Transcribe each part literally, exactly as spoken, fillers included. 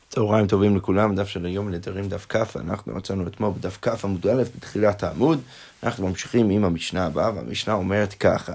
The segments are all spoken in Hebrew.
צהריים טובים לכולם, דף של היום נדרים דף כף, אנחנו מצאנו אתמול בדף כף עמוד א' בתחילת העמוד, אנחנו ממשיכים עם המשנה הבאה, והמשנה אומרת ככה,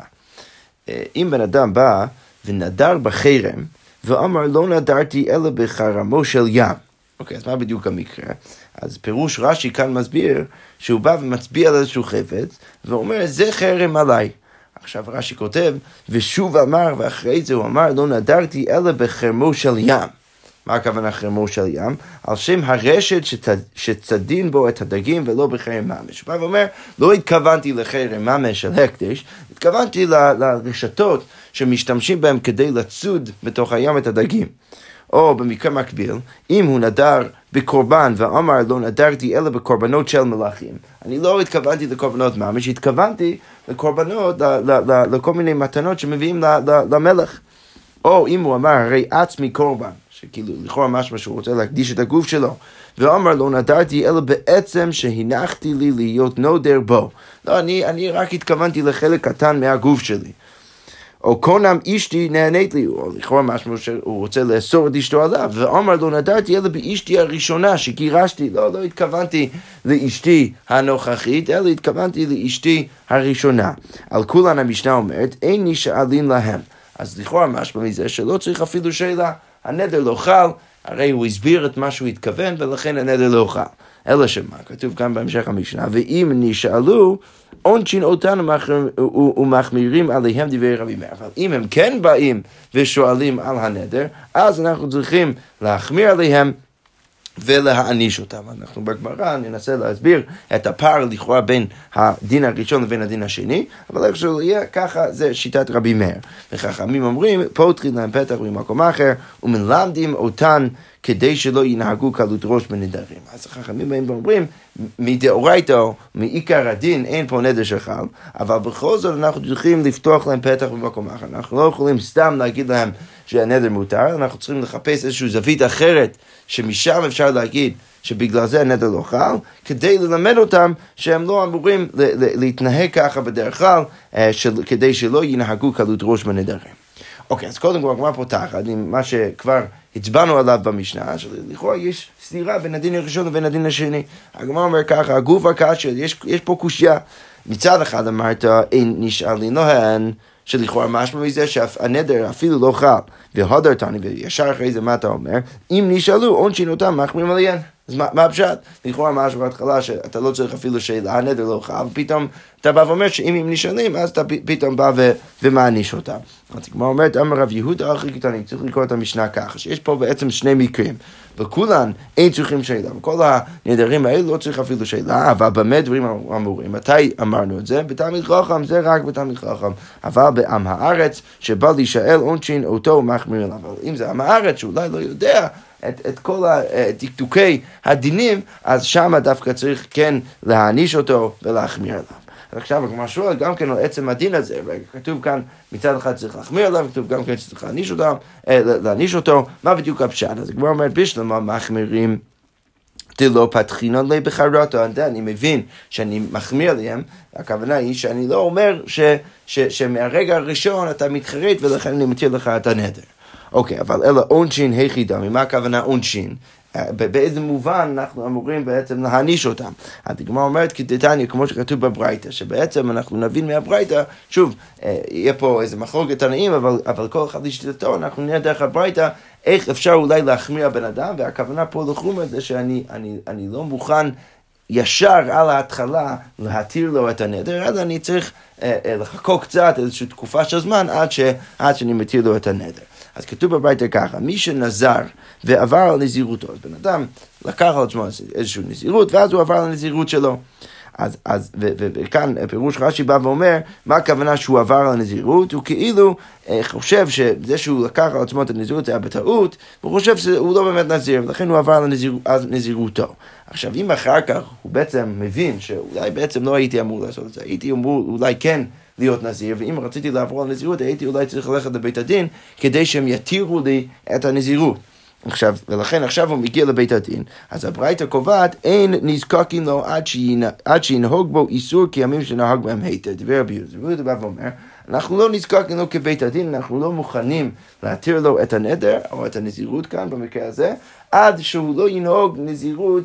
אם בן אדם בא ונדר בחרם, ואמר לא נדרתי אלא בחרמו של ים, אוקיי, אז מה בדיוק המקרה? אז פירוש רש"י כאן מסביר שהוא בא ומצביע על איזשהו חפץ, ואומר זה חרם עליי. עכשיו רש"י כותב, ושוב אמר, ואחרי זה הוא אמר, לא נדרתי אלא בחרמו של ים. מה הכוונה חרמו של ים? על שם הרשת שצד, שצדין בו את הדגים ולא בחרם ממש. הוא בא ואומר, לא התכוונתי לחרם ממש של הקדש, התכוונתי ל, לרשתות שמשתמשים בהם כדי לצוד בתוך הים את הדגים. או במקרה מקביל, אם הוא נדר בקורבן ואמר לא נדרתי אלא בקורבנות של מלאכים. אני לא התכוונתי לקורבנות ממש, התכוונתי לקורבנות, ל, ל, ל, לכל מיני מתנות שמביאים ל, ל, למלך. או אם הוא אמר הרי עצמי קורבן, שכאילו לכאורה משהו שהוא רוצה להקדיש את הגוף שלו, ואמר לא נדרתי אלא בעצם שהנחתי לי להיות נודר בו. לא, אני, אני רק התכוונתי לחלק קטן מהגוף שלי. או קונם אשתי נהנית לי, או לכאורה משהו שהוא רוצה לאסור את אשתו עליו, ואמר לא נדרתי אלא באשתי הראשונה שגירשתי, לא, לא התכוונתי לאשתי הנוכחית, אלא התכוונתי לאשתי הראשונה. על כולן המשנה אומרת, אין נשאלים להם. אז לכאורה משהו מזה שלא צריך אפילו שאלה, הנדר לא חל, הרי הוא הסביר את מה שהוא התכוון, ולכן הנדר לא חל. אלא שמה, כתוב כאן בהמשך המשנה, ואם נשאלו, עונשין אותנו ומחמירים עליהם דברי רבי מאיר. אבל אם הם כן באים ושואלים על הנדר, אז אנחנו צריכים להחמיר עליהם ולהעניש אותם. אנחנו בגמרא ננסה להסביר את הפער לכאורה בין הדין הראשון לבין הדין השני, אבל איך שהוא יהיה, ככה זה שיטת רבי מאיר. וחכמים אומרים, פותחים להם פתח במקום אחר, ומלמדים אותן כדי שלא ינהגו קלות ראש בנדרים. אז החכמים באים ואומרים, מדאורייתא, מעיקר הדין, אין פה נדר שחל, אבל בכל זאת אנחנו צריכים לפתוח להם פתח במקום אחר. אנחנו לא יכולים סתם להגיד להם שהנדר מותר, אנחנו צריכים לחפש איזושהי זווית אחרת, שמשם אפשר להגיד שבגלל זה הנדר לא חל, כדי ללמד אותם שהם לא אמורים להתנהג ככה בדרך כלל, כדי שלא ינהגו קלות ראש בנדרים. אוקיי, אז קודם כל הגמרא פותחת עם מה שכבר הצבענו עליו במשנה, שלכאורה יש סתירה בין הדין הראשון לבין הדין השני. הגמרא אומר ככה, הגוף הקשה, יש, יש פה קושיה. מצד אחד אמרת, אין נשאלים להן, שלכאורה משמע מזה שהנדר אפילו לא חל, והודרתני, וישר אחרי זה מה אתה אומר? אם נשאלו, עונשין אותם, מחמירים עליהן. אז מה, מה הפשט? לכאורה משהו בהתחלה שאתה לא צריך אפילו שאלה, הנדר לא חל, ופתאום אתה בא ואומר שאם הם נשאלים, אז אתה פתאום בא ו- ומעניש אותם. אז כמו אומרת, אמר רב יהודה הכי קטני, צריך לקרוא את המשנה ככה, שיש פה בעצם שני מקרים, וכולן אין צריכים שאלה, וכל הנדרים האלה לא צריך אפילו שאלה, אבל במה דברים אמורים? מתי אמרנו את זה? בתלמיד חכם, זה רק בתלמיד חכם, אבל בעם הארץ, שבא להישאל עונשין אותו מחמיר עליו. אבל אם זה עם הארץ, שאולי לא יודע, את, את כל הדקדוקי הדינים, אז שם דווקא צריך כן להעניש אותו ולהחמיר עליו. אז עכשיו כמו שואל גם כן על עצם הדין הזה, כתוב כאן מצד אחד צריך להחמיר עליו, כתוב גם כן צריך להעניש אותו, להעניש אותו, מה בדיוק הפשט? אז כבר אומרת בשלמה מחמירים דלא פתחינן לי בחרתו, אני מבין שאני מחמיר עליהם, הכוונה היא שאני לא אומר ש, ש, שמהרגע הראשון אתה מתחרט ולכן אני מתיר לך את הנדר. אוקיי, אבל אלא עונשין היחידה, ממה הכוונה עונשין? באיזה מובן אנחנו אמורים בעצם להעניש אותם. הדגמרא אומרת כדתניא, כמו שכתוב בברייתא, שבעצם אנחנו נבין מהברייתא, שוב, יהיה פה איזה מחלוקת תנאים, אבל, אבל כל אחד לשיטתו, אנחנו נראה דרך הברייתא, איך אפשר אולי להחמיר הבן אדם, והכוונה פה לחומר זה שאני אני, אני לא מוכן ישר על ההתחלה להתיר לו את הנדר, אז אני צריך אה, לחכות קצת איזושהי תקופה של זמן עד, ש, עד שאני מתיר לו את הנדר. אז כתוב בברייתא ככה, מי שנזר ועבר על נזירותו, אז בן אדם לקח על עצמו איזושהי נזירות, ואז הוא עבר על הנזירות שלו. אז, אז, ו, ו, וכאן פירוש רש"י בא ואומר, מה הכוונה שהוא עבר על הנזירות? הוא כאילו אה, חושב שזה שהוא לקח על עצמו את הנזירות זה היה בטעות, הוא חושב שהוא לא באמת נזיר, ולכן הוא עבר על הנזיר, נזירותו. עכשיו, אם אחר כך הוא בעצם מבין שאולי בעצם לא הייתי אמור לעשות את זה, הייתי אמור אולי כן להיות נזיר, ואם רציתי לעבור על נזירות, הייתי אולי צריך ללכת לבית הדין, כדי שהם יתירו לי את הנזירות. עכשיו, ולכן עכשיו הוא מגיע לבית הדין, אז הברייתא קובעת, אין נזקקים לו עד, שינה, עד שינהוג בו איסור כי ימים שנהג בהם היתר. דבר רבי יהודה, רבי יהודה בא ואומר, אנחנו לא נזקקים לו כבית הדין, אנחנו לא מוכנים להתיר לו את הנדר, או את הנזירות כאן במקרה הזה, עד שהוא לא ינהוג נזירות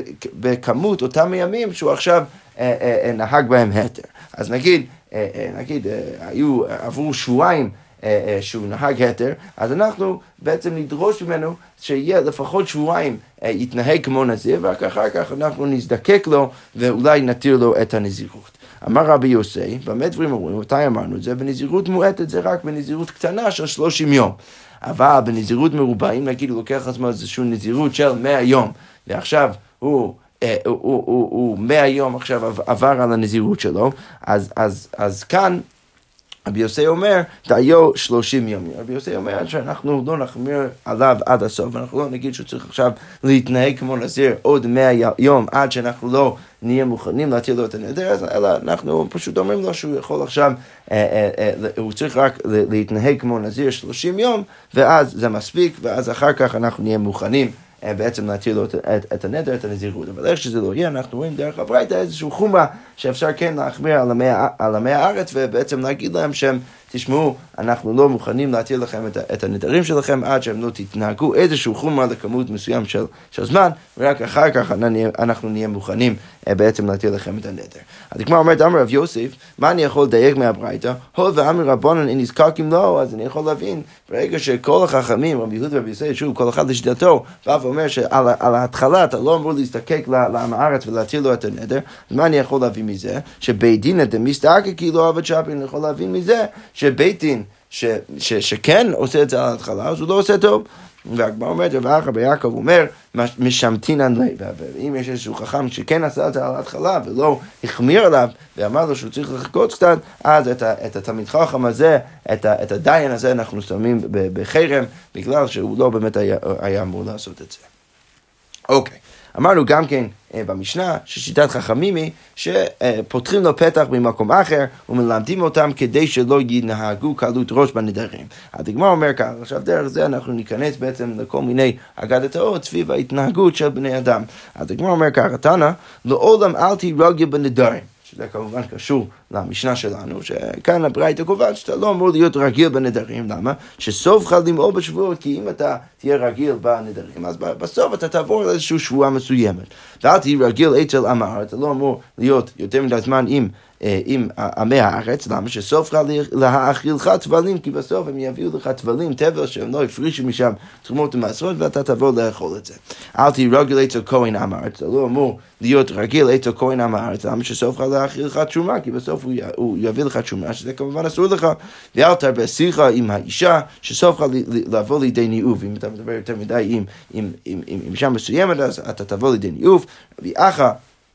בכמות אותם הימים שהוא עכשיו אה, אה, נהג בהם התר. אז נגיד, אה, אה, נגיד, אה, היו, עברו שבועיים, שהוא נהג התר, אז אנחנו בעצם נדרוש ממנו שיהיה לפחות שבועיים יתנהג כמו נזיר, ורק אחר כך אנחנו נזדקק לו ואולי נתיר לו את הנזירות. אמר רבי יוסי, במה דברים אומרים, מתי אמרנו את זה? בנזירות מועטת זה רק בנזירות קטנה של שלושים יום. אבל בנזירות מרובעים, נגיד הוא לוקח עצמו איזשהו נזירות של מאה יום, ועכשיו הוא... הוא, הוא, הוא, הוא מאה יום עכשיו עבר על הנזירות שלו, אז, אז, אז כאן רבי יוסי אומר, דיו שלושים יום. רבי יוסי אומר שאנחנו לא נחמיר עליו עד הסוף, אנחנו לא נגיד שהוא צריך עכשיו להתנהג כמו נזיר עוד מאה יום, עד שאנחנו לא נהיה מוכנים להתיר לו את הנדר, אלא אנחנו פשוט אומרים לו שהוא יכול עכשיו, אה, אה, אה, הוא צריך רק להתנהג כמו נזיר שלושים יום, ואז זה מספיק, ואז אחר כך אנחנו נהיה מוכנים בעצם להתיר לו את, את, את הנדר, את הנזירות. אבל איך שזה לא יהיה, אנחנו רואים דרך הברייתא איזשהו חומרה שאפשר כן להחמיר על המי, על המי הארץ, ובעצם להגיד להם שהם, תשמעו, אנחנו לא מוכנים להתיר לכם את, את הנדרים שלכם, עד שהם לא תתנהגו איזשהו חומרה לכמות מסוים של, של זמן, ורק אחר כך אנחנו נהיה מוכנים בעצם להתיר לכם את הנדר. אז כמו אומרת, אמר רב יוסף, מה אני יכול לדייק מהברייתא? הול ואמר רבנן אין נזקקים לו, אז אני יכול להבין, ברגע שכל החכמים, רבי יהודה ורבי יוסי, שוב, כל אחד לשיטתו, בא ואומר שעל על ההתחלה אתה לא אמור להזדקק לעם הארץ ולהתיר לו את הנדר, אז מה אני יכול להבין מזה? שבית דין דמסתעקק כאילו עבד שבת, אני יכול להבין מזה שבית דין ש, ש, שכן עושה את זה על ההתחלה, אז הוא לא עושה טוב. והגמרא אומרת, ואחר ביעקב אומר, משמתינן לי, ואם יש איזשהו חכם שכן עשה את זה על ההתחלה, ולא החמיר עליו, ואמר לו שהוא צריך לחכות קצת, אז את, את התלמיד חכם הזה, את, את הדיין הזה, אנחנו שמים בחרם, בגלל שהוא לא באמת היה, היה אמור לעשות את זה. אוקיי. אמרנו גם כן במשנה ששיטת חכמים היא שפותחים לו פתח במקום אחר ומלמדים אותם כדי שלא ינהגו קלות ראש בנדרים. הדגמרא אומר כך, עכשיו דרך זה אנחנו ניכנס בעצם לכל מיני אגדתות סביב ההתנהגות של בני אדם. הדגמרא אומר כך, תנא, לעולם אל תירגע בנדרים. שזה כמובן קשור למשנה שלנו, שכאן הברייתא קובעת שאתה לא אמור להיות רגיל בנדרים. למה? שסוף לך למעול בשבועות, כי אם אתה תהיה רגיל בנדרים, אז בסוף אתה תעבור לאיזושהי שבועה מסוימת. ואל תהיה רגיל אצל עם הארץ, אתה לא אמור להיות יותר מדי זמן עם, עם עמי הארץ. למה? שסוף לך להאכילך תבלים, כי בסוף הם יביאו לך תבלים, תבל שהם לא הפרישו משם תרומות ומעשרות, ואתה תבוא לאכול את זה. אל תהיה רגיל אצל כהן עם הארץ, אתה לא אמור להיות רגיל אצל כהן עם הארץ. למה? שסוף לך להאכילך תרומה, כי בסוף הוא, הוא יביא לך תשומה, שזה כמובן אסור לך. ואל תרבה שיחה עם האישה, שסוף לך לבוא לידי ניאוף. אם אתה מדבר יותר מדי עם, עם, עם, עם, עם אישה מסוימת, אז אתה תבוא לידי ניאוף. ואחר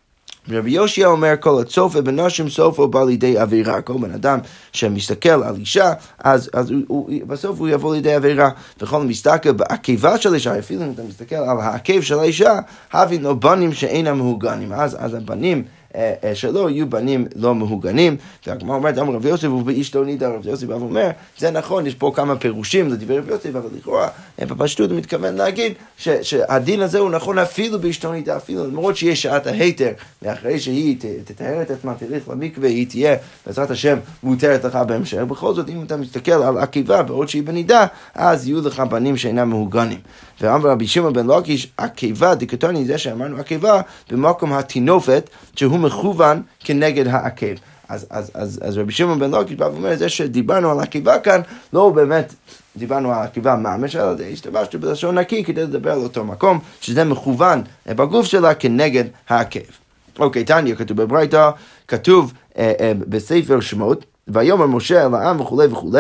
רבי יושע אומר, כל הצופה בנשים סופו בא לידי עבירה. כל בן אדם שמסתכל על אישה, אז, אז הוא, הוא, בסוף הוא יבוא לידי עבירה. וכל מסתכל בעקיבה של אישה, אפילו אם אתה מסתכל על העקב של האישה, הבין לו בנים שאינם מהוגנים. אז, אז הבנים שלא יהיו בנים לא מהוגנים. והגמרא אומרת, אמר רבי יוסף ובאשתו נידא. רבי יוסף בא ואומר, זה נכון, יש פה כמה פירושים לדברי רבי יוסף, אבל לכאורה בפשטות הוא מתכוון להגיד ש, שהדין הזה הוא נכון אפילו באשתו נידא, אפילו למרות שיש שעת ההיתר, ואחרי שהיא תטהר את עצמה, תלך למקווה, היא תהיה בעזרת השם מותרת לך בהמשך. בכל זאת, אם אתה מסתכל על עקיבה בעוד שהיא בנידה, אז יהיו לך בנים שאינם מהוגנים. ואמר רבי שמעון בן לקיש, עקיבה דקתני, זה שאמרנו עקיבה במקום התינופת שהוא מכוון כנגד העקב. אז, אז, אז, אז רבי שמעון בן לקיש בא ואומר, זה שדיברנו על עקיבה כאן, לא באמת דיברנו על עקיבה ממש, אלא השתמשנו בלשון נקי כדי לדבר על אותו מקום, שזה מכוון בגוף שלה כנגד העקב. אוקיי, תניא, כתוב בברייתא, כתוב אה, אה, בספר שמות, ויאמר משה אל העם וכו' וכו'.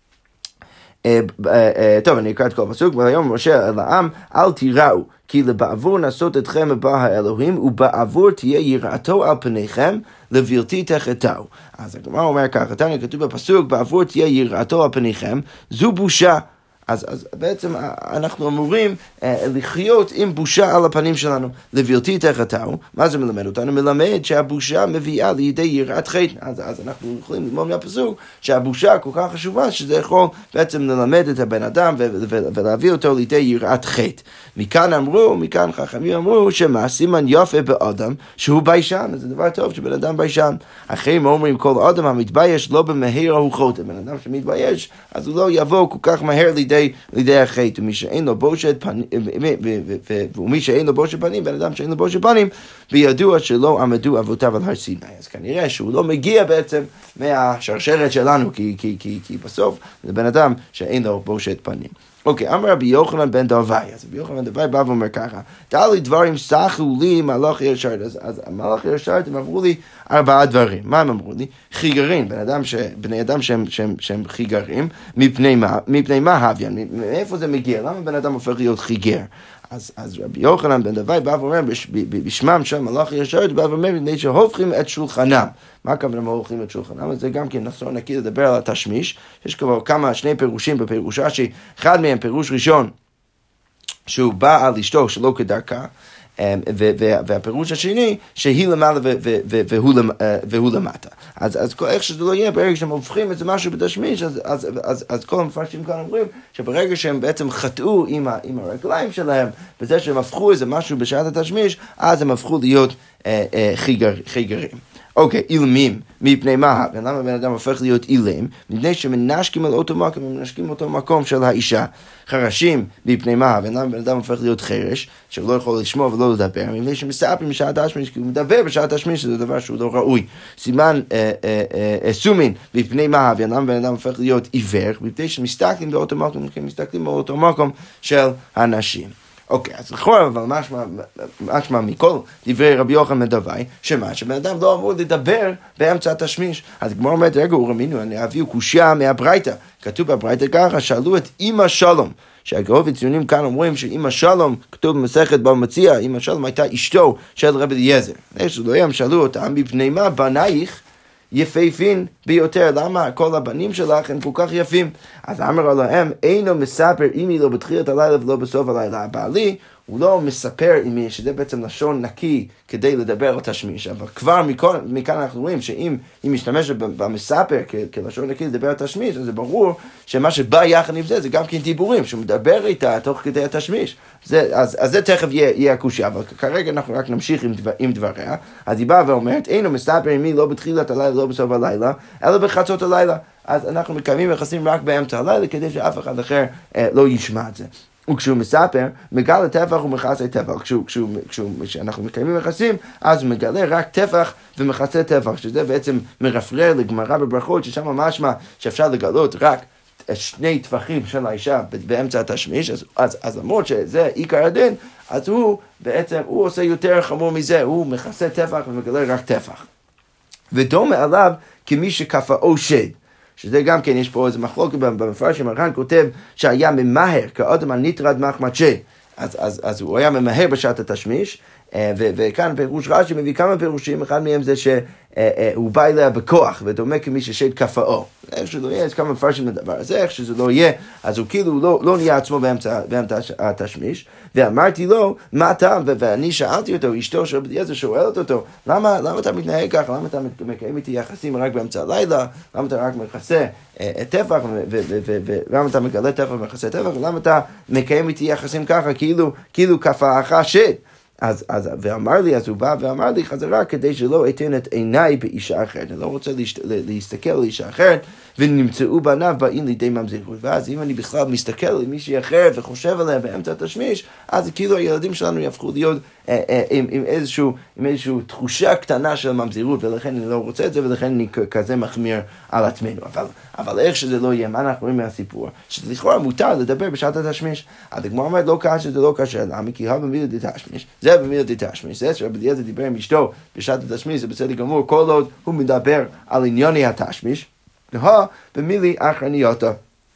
טוב, אני אקרא את כל הפסוק. ויאמר משה אל העם, אל תיראו, כי לבעבור נעשות אתכם מבא האלוהים, ובעבור תהיה יראתו על פניכם, לבלתי תחטאו. אז הגמרא אומר ככה, תניא, כתוב בפסוק, בעבור תהיה יראתו על פניכם, זו בושה. אז, אז בעצם אנחנו אמורים אה, לחיות עם בושה על הפנים שלנו. לבלתי תחתהו, מה זה מלמד אותנו? מלמד שהבושה מביאה לידי יראת חטא. אז, אז אנחנו יכולים ללמוד מהפסוק שהבושה כל כך חשובה, שזה יכול בעצם ללמד את הבן אדם ו- ו- ולהביא אותו לידי יראת חטא. מכאן אמרו, מכאן חכמים אמרו, שמה סימן יפה באדם שהוא ביישן. זה דבר טוב שבן אדם ביישן. אחרים אומרים, כל אדם המתבייש לא במהר הוא חוטא. בן אדם שמתבייש, אז הוא לא יבוא כל כך מהר לידי לידי החטא, ומי שאין לו בושת פנים, ומי שאין לו בושת פנים, בן אדם שאין לו בושת פנים, וידוע שלא עמדו אבותיו על הר סיני. אז כנראה שהוא לא מגיע בעצם מהשרשרת שלנו, כי, כי, כי, כי בסוף זה בן אדם שאין לו בושת פנים. אוקיי, אמר רבי יוחנן בן דרבי, אז רבי יוחנן בן דרבי בא ואומר ככה, דע לי דברים סחו לי מלאך ישרת, אז, אז מלאך ישרת הם אמרו לי ארבעה דברים, מה הם אמרו לי? חיגרים, בני אדם, ש, בני אדם שהם, שהם, שהם חיגרים, מפני מה, מפני מה הוויין, מאיפה זה מגיע, למה בן אדם הופך להיות חיגר? אז, אז רבי יוחנן בן דרבי בא ואומר, בשמם של מלאך ישרת, בא ואומר, מפני שהופכים את שולחנם. מה הכוונה מה הולכים את שולחנם? אז זה גם כן נסור נקי לדבר על התשמיש. יש כבר כמה, שני פירושים בפירוש רש"י. אחד מהם פירוש ראשון, שהוא בא על אשתו שלא כדרכה, והפירוש השני, שהיא למעלה והוא למטה. אז, אז איך שזה לא יהיה, ברגע שהם הופכים את זה משהו בתשמיש, אז, אז, אז, אז כל המפרשים כאן אומרים, שברגע שהם בעצם חטאו עם, ה, עם הרגליים שלהם, בזה שהם הפכו איזה משהו בשעת התשמיש, אז הם הפכו להיות אה, אה, חיגר, חיגרים. אוקיי, אילמים, מפני מה? למה בן אדם הופך להיות אילם? מפני שמנשקים על אותו מקום, הם מנשקים אותו מקום של האישה. חרשים, מפני מה? למה בן אדם הופך להיות חרש, שלא יכול לשמוע ולא לדבר, מפני שמספרים בשעת השמיש, כי הוא מדבר בשעת השמיש, זה דבר שהוא לא ראוי. סימן אה, אה, אה, סומין, מפני מה? למה בן אדם הופך להיות עיוור, מפני שמסתכלים באותו מקום, כי מסתכלים באותו מקום של הנשים. אוקיי, אז לכאורה, אבל משמע, משמע מכל דברי רבי יוחנן בן דרבי, שמה, שבן אדם לא אמור לדבר באמצע התשמיש. אז כמו אומרת, רגע, הוא רמינו, אני אביאו קושיה מהברייתא. כתוב בברייתא ככה, שאלו את אמא שלום, שהגאון וציונים כאן אומרים שאמא שלום, כתוב במסכת בבא מציעא, אמא שלום הייתה אשתו של רבי אליעזר. איך לא הם שאלו אותם, מפני מה בנייך יפהפין ביותר, למה כל הבנים שלך הם כל כך יפים? אז אמר להם, אינו מספר אימי לא בתחילת הלילה ולא בסוף הלילה. הבעלי הוא לא מספר אימי, שזה בעצם לשון נקי כדי לדבר על תשמיש, אבל כבר מכאן, מכאן אנחנו רואים שאם היא משתמשת במספר כ- כלשון נקי לדבר על תשמיש, אז זה ברור שמה שבא יחד עם זה, זה גם כן דיבורים, שהוא מדבר איתה תוך כדי התשמיש. זה, אז, אז זה תכף יהיה, יהיה הקושיה, אבל כרגע אנחנו רק נמשיך עם, דבר, עם דבריה. אז היא באה ואומרת, אינו מספר אימי לא בתחילת הלילה, לא בסוף הלילה, אלא בחצות הלילה. אז אנחנו מקיימים יחסים רק באמצע הלילה, כדי שאף אחד אחר אה, לא ישמע את זה. וכשהוא מספר, מגלה טפח ומכסה טפח. כשהוא, כשהוא, כשהוא, כשאנחנו מקיימים יחסים, אז הוא מגלה רק טפח ומכסה טפח, שזה בעצם מרפרר לגמרא בברכות, ששם משמע שאפשר לגלות רק שני טפחים של האישה באמצע התשמיש, אז, אז, אז למרות שזה עיקר הדין, אז הוא בעצם, הוא עושה יותר חמור מזה, הוא מכסה טפח ומגלה רק טפח. ודומה עליו כמי שכפאו שד. שזה גם כן, יש פה איזה מחלוקת במפרשים, הר"ן כותב שהיה ממהר, כאדם הנטרד מחמת שד. אז, אז, אז הוא היה ממהר בשעת התשמיש, ו- וכאן פירוש רש"י מביא כמה פירושים, אחד מהם זה שהוא בא אליה בכוח, ודומה כמי ששד כפאו. איך שזה לא יהיה, יש כמה מפרשים לדבר הזה, איך שזה לא יהיה, אז הוא כאילו לא, לא נהיה עצמו באמצע, באמצע התשמיש, ואמרתי לו, מה אתה? ו- ואני שאלתי אותו, אשתו של רבי אליעזר שואלת אותו, למה, למה אתה מתנהג ככה? למה אתה מקיים איתי יחסים רק באמצע הלילה? למה אתה רק מכסה את טפח, ולמה אתה מגלה טפח ומכסה טפח? ולמה אתה מקיים איתי יחסים ככה, כאילו, כאילו כפאך שד? אז, אז, ואמר לי, אז הוא בא ואמר לי חזרה, כדי שלא אתן את עיניי באישה אחרת. אני לא רוצה להשת, להסתכל על אישה אחרת, ונמצאו בניו באים לידי ממזרות. ואז אם אני בכלל מסתכל על מישהי אחרת וחושב עליה באמצע התשמיש, אז כאילו הילדים שלנו יהפכו להיות אה, אה, עם, עם, איזשהו, עם איזשהו תחושה קטנה של ממזרות, ולכן אני לא רוצה את זה, ולכן אני כזה מחמיר על עצמנו. אבל, אבל איך שזה לא יהיה, מה אנחנו רואים מהסיפור? שזה לכאורה מותר לדבר בשעת התשמיש. הדגמרא אומרת, לא קשה, זה לא קשה, למה? כי הא במילה דתשמיש. זה במילה דתשמיש. זה שרבי אליעזר דיבר עם אשתו בשעת התשמיש, זה בסדר גמור, כל עוד הוא מדבר על ענייני התשמיש. הא במילי אחרניותא.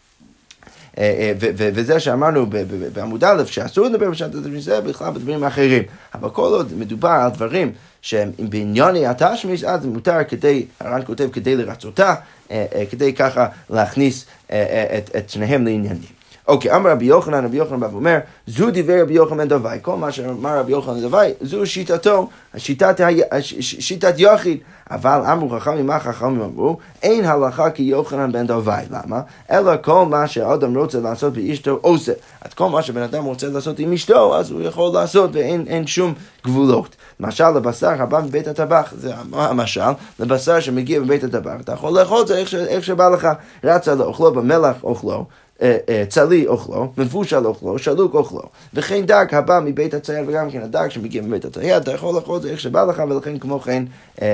וזה שאמרנו בעמוד א' שאסור לדבר בשעת התשמיש, זה בכלל בדברים אחרים. אבל כל עוד מדובר על דברים שהם בענייני התשמיש, אז מותר כדי, הר"ן כותב כדי לרצותה, כדי ככה להכניס את שניהם לעניינים. אוקיי, אמר רבי יוחנן, רבי יוחנן בא ואומר, זו דברי רבי יוחנן בן דווי, כל מה שאמר רבי יוחנן בן דווי, זו שיטתו, שיטת, שיטת יחיד, אבל אמרו חכמים, מה חכמים אמרו? אין הלכה כי יוחנן בן דווי, למה? אלא כל מה שהאדם רוצה לעשות באשתו עושה, אז כל מה שבן אדם רוצה לעשות עם אשתו, אז הוא יכול לעשות ואין אין שום גבולות. למשל, לבשר הבא מבית הטבח, זה המשל, לבשר שמגיע מבית הטבח, אתה יכול לאכול את זה איך, איך שבא לך, רצה לאוכלו במלח אוכלו, צלי אוכלו, מבושל אוכלו, שלוק אוכלו, וכן דג הבא מבית הצייר, וגם כן הדג שמגיע מבית הצייר, אתה יכול לאכול את זה איך שבא לך, ולכן כמו כן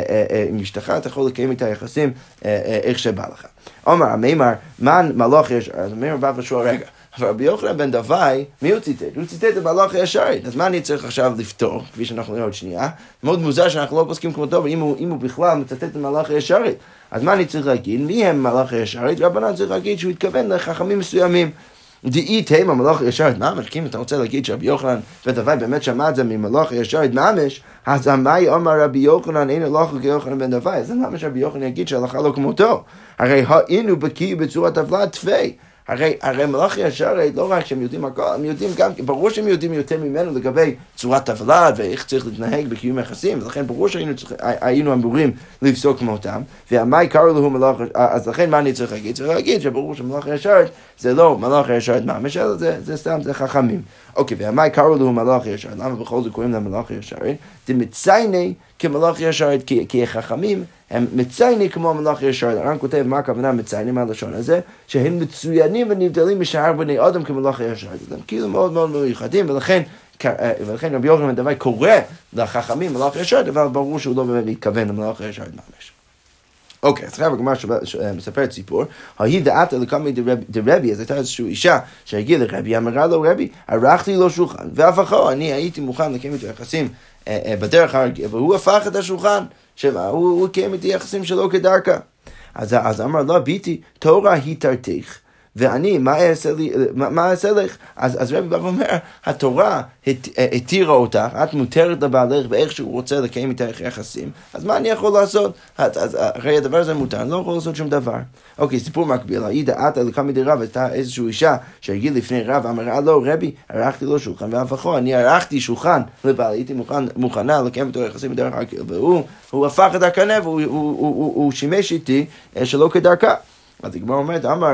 עם אשתך אתה יכול לקיים את היחסים איך שבא לך. אומר, המימר, מה מלאך יש? אז המימר בא ושואל, רגע, אבל רבי יוחנן בן דווי, מי הוא ציטט? הוא ציטט את המלאך הישרית, אז מה אני צריך עכשיו לפתור, כפי שאנחנו נראה עוד שנייה? מאוד מוזר שאנחנו לא פוסקים כמותו, ואם הוא, אם הוא בכלל מצטט את המלאך הישרית, אז מה אני צריך להגיד? מי הם מלאך הישרית? רבנן צריך להגיד שהוא התכוון לחכמים מסוימים. דאית הם המלאך הישרית ממש, כי אם אתה רוצה להגיד שרבי יוחנן בן דווי באמת שמע את זה ממלאך הישרית ממש, אז המאי אומר רבי יוחנן אין הלכה כיוחנן בן דווי, אז ממש רבי יוחנן יגיד שהלכה לא כמותו. הרי היינו בקיא בצורת טבלה תפי. הרי, הרי מלאך הישרית, לא רק שהם יודעים הכל, הם יודעים גם, ברור שהם יודעים יותר ממנו לגבי צורת טבלה ואיך צריך להתנהג בקיום יחסים, ולכן ברור שהיינו היינו אמורים לפסוק כמותם, והמאי קראו לו מלאך, אז לכן מה אני צריך להגיד? צריך להגיד שברור שמלאך הישרית זה לא מלאך הישרית ממש, אלא זה, זה סתם, זה חכמים. אוקיי, והמאי קראו לו מלאך הישרית, למה בכל זאת קוראים להם מלאך הישרית? דמצייני כמלאך הישרית, כי החכמים הם מציינים כמו המלאך הישרית. הר"ן כותב מה הכוונה מציינים מהלשון הזה, שהם מצוינים ונבדלים משאר בני אדם כמלאך הישרית. הם כאילו מאוד מאוד מיוחדים, ולכן, ולכן רבי יוחנן בן דווי קורא לחכמים מלאך הישרית, אבל ברור שהוא לא באמת מתכוון למלאך הישרית ממש. אוקיי, אז עכשיו הגמרא מספרת סיפור, ההיא דעתה לקמי דרבי, אז הייתה איזושהי אישה שהגיעה לרבי, אמרה לו רבי, ערכתי לו שולחן, ואף אחר, אני הייתי מוכן לקיים איתו יחסים בדרך הרגיל, והוא הפך את השולחן, שמה, הוא, הוא קיים איתי יחסים שלו כדרכה. אז, אז אמר לו, ביתי, תורה היא תרתיך, ואני, מה אעשה לי, מה, מה אעשה לך? אז, אז רבי בא ואומר, התורה הת, התירה אותך, את מותרת לבעלך באיך שהוא רוצה לקיים איתך יחסים, אז מה אני יכול לעשות? אז, אז אחרי הדבר הזה מותר, אני לא יכול לעשות שום דבר. אוקיי, סיפור מקביל, היא דעת על כמה דרב, הייתה איזושהי אישה שהגיעה לפני רב, אמרה לו, רבי, ערכתי לו שולחן, ואף אחר, אני ערכתי שולחן לבעל, הייתי מוכן, מוכנה לקיים איתו יחסים בדרך הרגיל, והוא הוא הפך את הקנה, והוא הוא, הוא, הוא, הוא שימש איתי שלא כדרכה. אז הגמרא אומרת, אמר,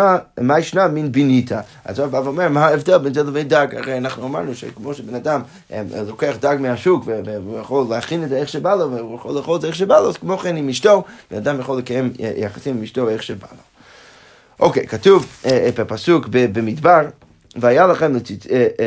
מה ישנה מן ביניתה? אז הוא בא ואומר, מה ההבדל בין זה לבין דג? הרי אנחנו אמרנו שכמו שבן אדם לוקח דג מהשוק, והוא יכול להכין את זה איך שבא לו, והוא יכול לאכול את זה איך שבא לו, אז כמו כן עם אשתו, בן אדם יכול לקיים יחסים עם אשתו איך שבא לו. אוקיי, כתוב בפסוק במדבר, והיה לכם לציצית,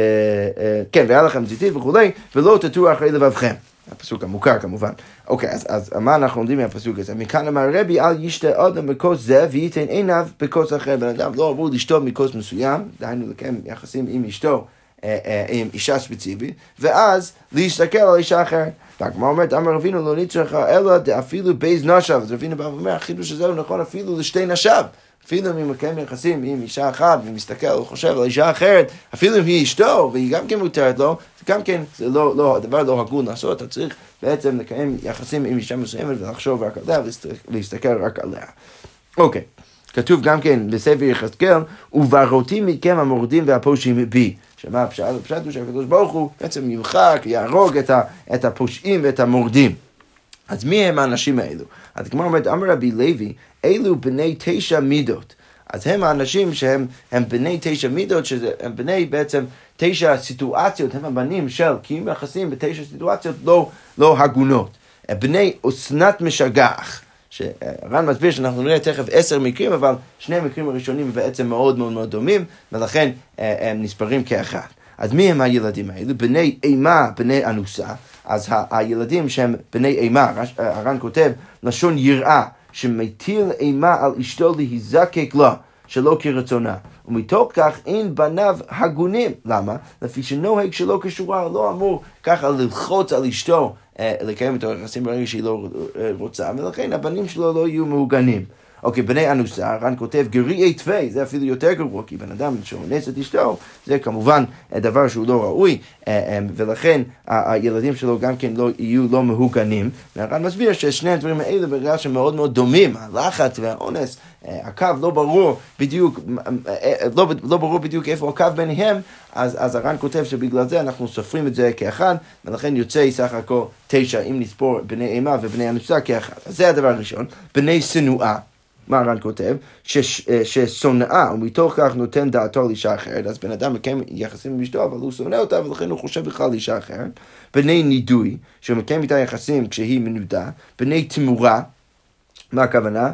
כן, והיה לכם לציצית וכולי, ולא תטעו אחרי לבבכם. הפסוק המוכר כמובן. אוקיי, אז, אז מה אנחנו לומדים מהפסוק הזה? מכאן אמר רבי, אל ישתה אדם בכוס זה, וייתן עיניו בכוס אחר. בן אדם לא אמור לשתות מכוס מסוים, דהיינו לקיים יחסים עם אשתו, אה, אה, עם אישה ספציפית, ואז להסתכל על אישה אחרת. והגמרא אומרת, אמר רבינו לא נצטרך אלא אפילו בייז נשב. אז רבינו בא ואומר, החידוש הזה הוא נכון אפילו לשתי נשב. אפילו אם הוא מקיים יחסים עם אישה אחת, ומסתכל או חושב על אישה אחרת, אפילו אם היא אשתו, והיא גם כן מותרת לו, גם כן, זה לא, לא, הדבר לא הגון לעשות, אתה צריך בעצם לקיים יחסים עם אישה מסוימת, ולחשוב רק עליה, ולהסתכל רק עליה. אוקיי, כתוב גם כן בספר יחזקאל, ובראתי מכם המורדים והפושעים בי. שמה הפשט? הפשט הוא שהקדוש ברוך הוא בעצם ימחק, יהרוג את, ה, את הפושעים ואת המורדים. אז מי הם האנשים האלו? אז כמו אומרת, אמר רבי לוי, אלו בני תשע מידות. אז הם האנשים שהם הם בני תשע מידות, שהם בני בעצם תשע סיטואציות, הם הבנים של קיום יחסים בתשע סיטואציות לא, לא הגונות. בני אסנת משגח, שרן מסביר שאנחנו נראה תכף עשר מקרים, אבל שני המקרים הראשונים בעצם מאוד מאוד מאוד דומים, ולכן הם נספרים כאחד. אז מי הם הילדים האלו? בני אימה, בני אנוסה. אז ה- הילדים שהם בני אימה, הר"ן כותב, לשון יראה, שמטיל אימה על אשתו להיזקק לה, שלא כרצונה. ומתוך כך אין בניו הגונים. למה? לפי שנוהג שלא כשורה, לא אמור ככה ללחוץ על אשתו, לקיים את היחסים ברגע שהיא לא רוצה, ולכן הבנים שלו לא יהיו מעוגנים. אוקיי, בני אנוסה, הר"ן כותב גריעי תווי, זה אפילו יותר גרוע, כי בן אדם שאונס את אשתו, זה כמובן דבר שהוא לא ראוי, ולכן הילדים שלו גם כן לא יהיו לא מהוגנים. והר"ן מסביר ששני הדברים האלה בגלל שמאוד מאוד דומים, הלחץ והאונס, הקו לא ברור בדיוק, לא, לא ברור בדיוק איפה הקו ביניהם, אז, אז הר"ן כותב שבגלל זה אנחנו סופרים את זה כאחד, ולכן יוצא סך הכל תשע, אם נספור בני אימה ובני אנוסה כאחד. אז זה הדבר הראשון. בני שנואה, מה הר"ן כותב? ששונאה, ומתוך כך נותן דעתו על אישה אחרת, אז בן אדם מקיים יחסים עם אשתו, אבל הוא שונא אותה, ולכן הוא חושב בכלל על אישה אחרת. בני נידוי, שהוא מקיים איתה יחסים כשהיא מנודה. בני תמורה, מה הכוונה?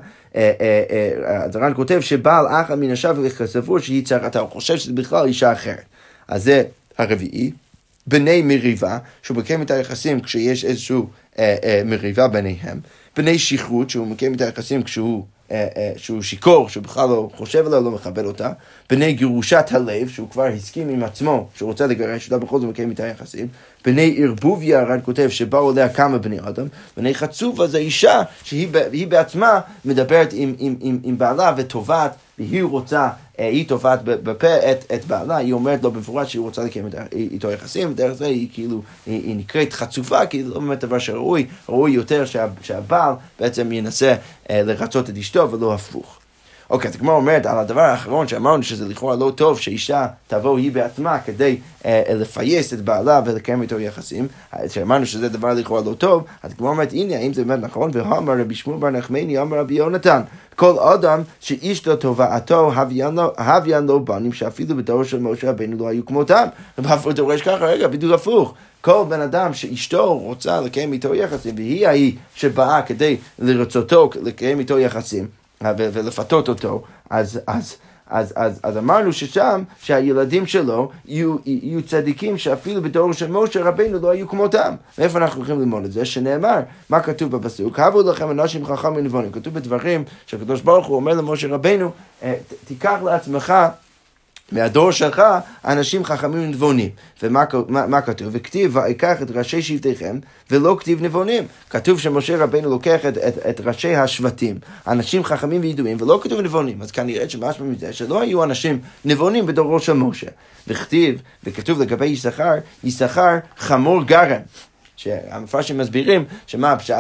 אז הר"ן כותב שבעל אחת מן השב וסבור שהיא צרתה, הוא חושב שזה בכלל אישה אחרת. אז זה הרביעי. בני מריבה, שהוא מקיים את היחסים כשיש איזשהו אה, אה, מריבה ביניהם. בני שכרות, שהוא מקיים את היחסים כשהוא אה, אה, שהוא שיקור, שהוא בכלל לא חושב עליה, לא מכבד אותה. בני גירושת הלב, שהוא כבר הסכים עם עצמו, שהוא רוצה לגרש אותה, בכל זאת מקיים את היחסים. בני ערבוביה, הר"ן כותב שבאו עליה כמה בני אדם. בני חצופה זה אישה שהיא בעצמה מדברת עם, עם, עם, עם בעלה וטובעת, והיא רוצה, היא תובעת בפה את, את בעלה, היא אומרת לו במפורש שהיא רוצה לקיים איתו יחסים, ודרך זה היא כאילו, היא, היא נקראת חצופה, כי זה לא באמת דבר שראוי, ראוי יותר שה, שהבעל בעצם ינסה לרצות את אשתו ולא הפוך. אוקיי, אז כמו אומרת, על הדבר האחרון שאמרנו שזה לכאורה לא טוב שאישה תבוא היא בעצמה כדי אה, לפייס את בעלה ולקיים איתו יחסים, שאמרנו שזה דבר לכאורה לא טוב, אז כמו אומרת, הנה, האם זה באמת נכון? ואמר רבי שמואל בר נחמני, אמר רבי יונתן, כל אדם שאשתו תובעתו הביאן לו בנים, שאפילו בדור של משה רבינו לא היו כמותם. והוא דורש ככה, רגע, בדיוק הפוך. כל בן אדם שאשתו רוצה לקיים איתו יחסים, והיא ההיא שבאה כדי לרצותו לקיים איתו יחסים, ולפתות אותו, אז, אז, אז, אז, אז אמרנו ששם, שהילדים שלו יהיו, יהיו צדיקים שאפילו בדור של משה רבינו לא היו כמותם. ואיפה אנחנו יכולים ללמוד את זה? שנאמר, מה כתוב בפסוק? הבו לכם אנשים חכמים ונבונים. כתוב בדברים שהקדוש ברוך הוא אומר למשה רבינו, תיקח לעצמך מהדור שלך אנשים חכמים ונבונים. ומה מה, מה כתוב? וכתיב, ויקח את ראשי שבטיכם, ולא כתיב נבונים. כתוב שמשה רבינו לוקח את, את, את ראשי השבטים, אנשים חכמים וידועים, ולא כתוב נבונים. אז כנראה שמשמע מזה שלא היו אנשים נבונים בדורו של משה. וכתיב, וכתוב לגבי יששכר, יששכר חמור גרם. שהמפרשים מסבירים שמה הפשט?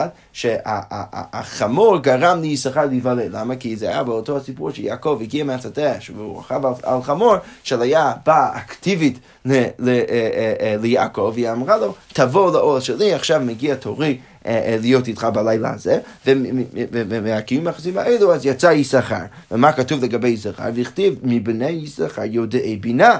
שהחמור גרם ליששכר להיוולד. למה? כי זה היה באותו הסיפור שיעקב הגיע מהשדה, שהוא רכב על חמור, שהיה בא אקטיבית ליעקב, והיא אמרה לו, תבוא לאור שלי, עכשיו מגיע תורי להיות איתך בלילה הזה, ומהקיום היחסים האלו, אז יצא יששכר. ומה כתוב לגבי יששכר? וכתיב מבני יששכר יודעי בינה,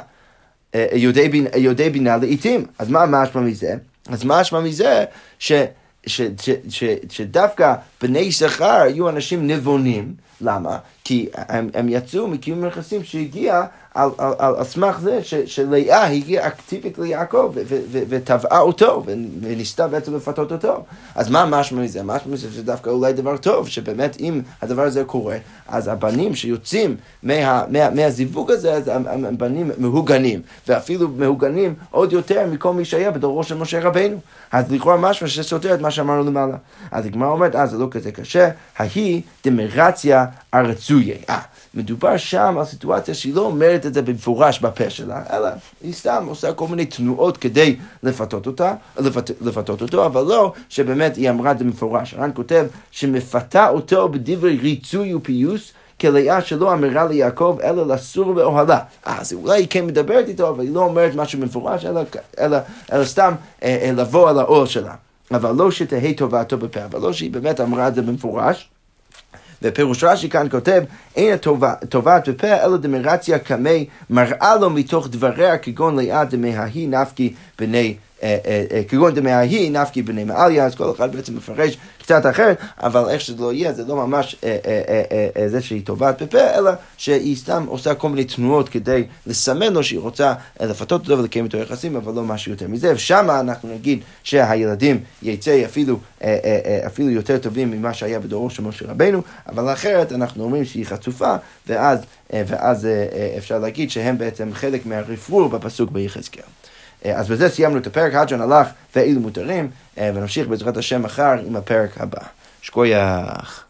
יודעי בינה לעתים. אז מה משמע מזה? אז משמע מזה ש, ש, ש, ש, שדווקא בני יששכר היו אנשים נבונים. למה? כי הם, הם יצאו מקיום יחסים שהגיע על, על, על, על סמך זה ש, שלאה הגיעה אקטיבית ליעקב וטבעה אותו וניסתה בעצם לפתות אותו. אז מה משמע מזה? משמע מזה שדווקא אולי דבר טוב, שבאמת אם הדבר הזה קורה, אז הבנים שיוצאים מה, מה, מהזיווג הזה, אז הם, הם בנים מהוגנים, ואפילו מהוגנים עוד יותר מכל מי שהיה בדורו של משה רבינו. אז לכאורה משמע שסותר את מה שאמרנו למעלה. אז הגמרא אומרת, אז זה לא כזה קשה, ההיא דמרציה הרצויה. אה, מדובר שם על סיטואציה שהיא לא אומרת את זה במפורש בפה שלה, אלא היא סתם עושה כל מיני תנועות כדי לפתות אותה, לפת, לפתות אותו, אבל לא שבאמת היא אמרה את זה במפורש. הר"ן כותב שמפתה אותו בדברי ריצוי ופיוס, כלאה שלא אמרה ליעקב אלא לסור באוהלה. אז אולי היא כן מדברת איתו, אבל היא לא אומרת משהו מפורש, אלא, אלא, אלא סתם אה, אה, לבוא על האור שלה. אבל לא שתהי טובעתו בפה, אבל לא שהיא באמת אמרה את זה במפורש. ופירוש רש"י כאן כותב, אין טובעת בפה אלא דמרציה כמי מראה לו מתוך דבריה כגון לאה דמההי נפקי בני כגון דמההי נפקי בני מעליה. אז כל אחד בעצם מפרש קצת אחרת, אבל איך שזה לא יהיה, זה לא ממש זה שהיא טובעת בפה, אלא שהיא סתם עושה כל מיני תנועות כדי לסמן לו שהיא רוצה לפתות אותו ולקיים איתו יחסים, אבל לא משהו יותר מזה. ושם אנחנו נגיד שהילדים יצא אפילו, אפילו יותר טובים ממה שהיה בדורו של משה רבינו, אבל אחרת אנחנו אומרים שהיא חצופה, ואז, ואז אפשר להגיד שהם בעצם חלק מהרפרור בפסוק ביחזקאל. אז בזה סיימנו את הפרק, הג'ון הלך ואילו מותרים, ונמשיך בעזרת השם מחר עם הפרק הבא. שקוייך.